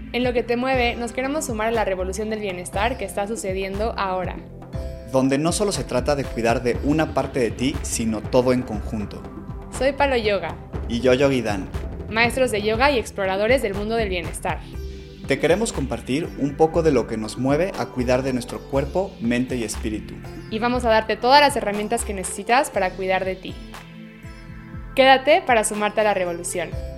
En Lo que te mueve, nos queremos sumar a la revolución del bienestar que está sucediendo ahora. Donde no solo se trata de cuidar de una parte de ti, sino todo en conjunto. Soy Palo Yoga, Y yo, Yogi Dan. maestros de yoga y exploradores del mundo del bienestar. Te queremos compartir un poco de lo que nos mueve a cuidar de nuestro cuerpo, mente y espíritu. Y vamos a darte todas las herramientas que necesitas para cuidar de ti. Quédate para sumarte a la revolución.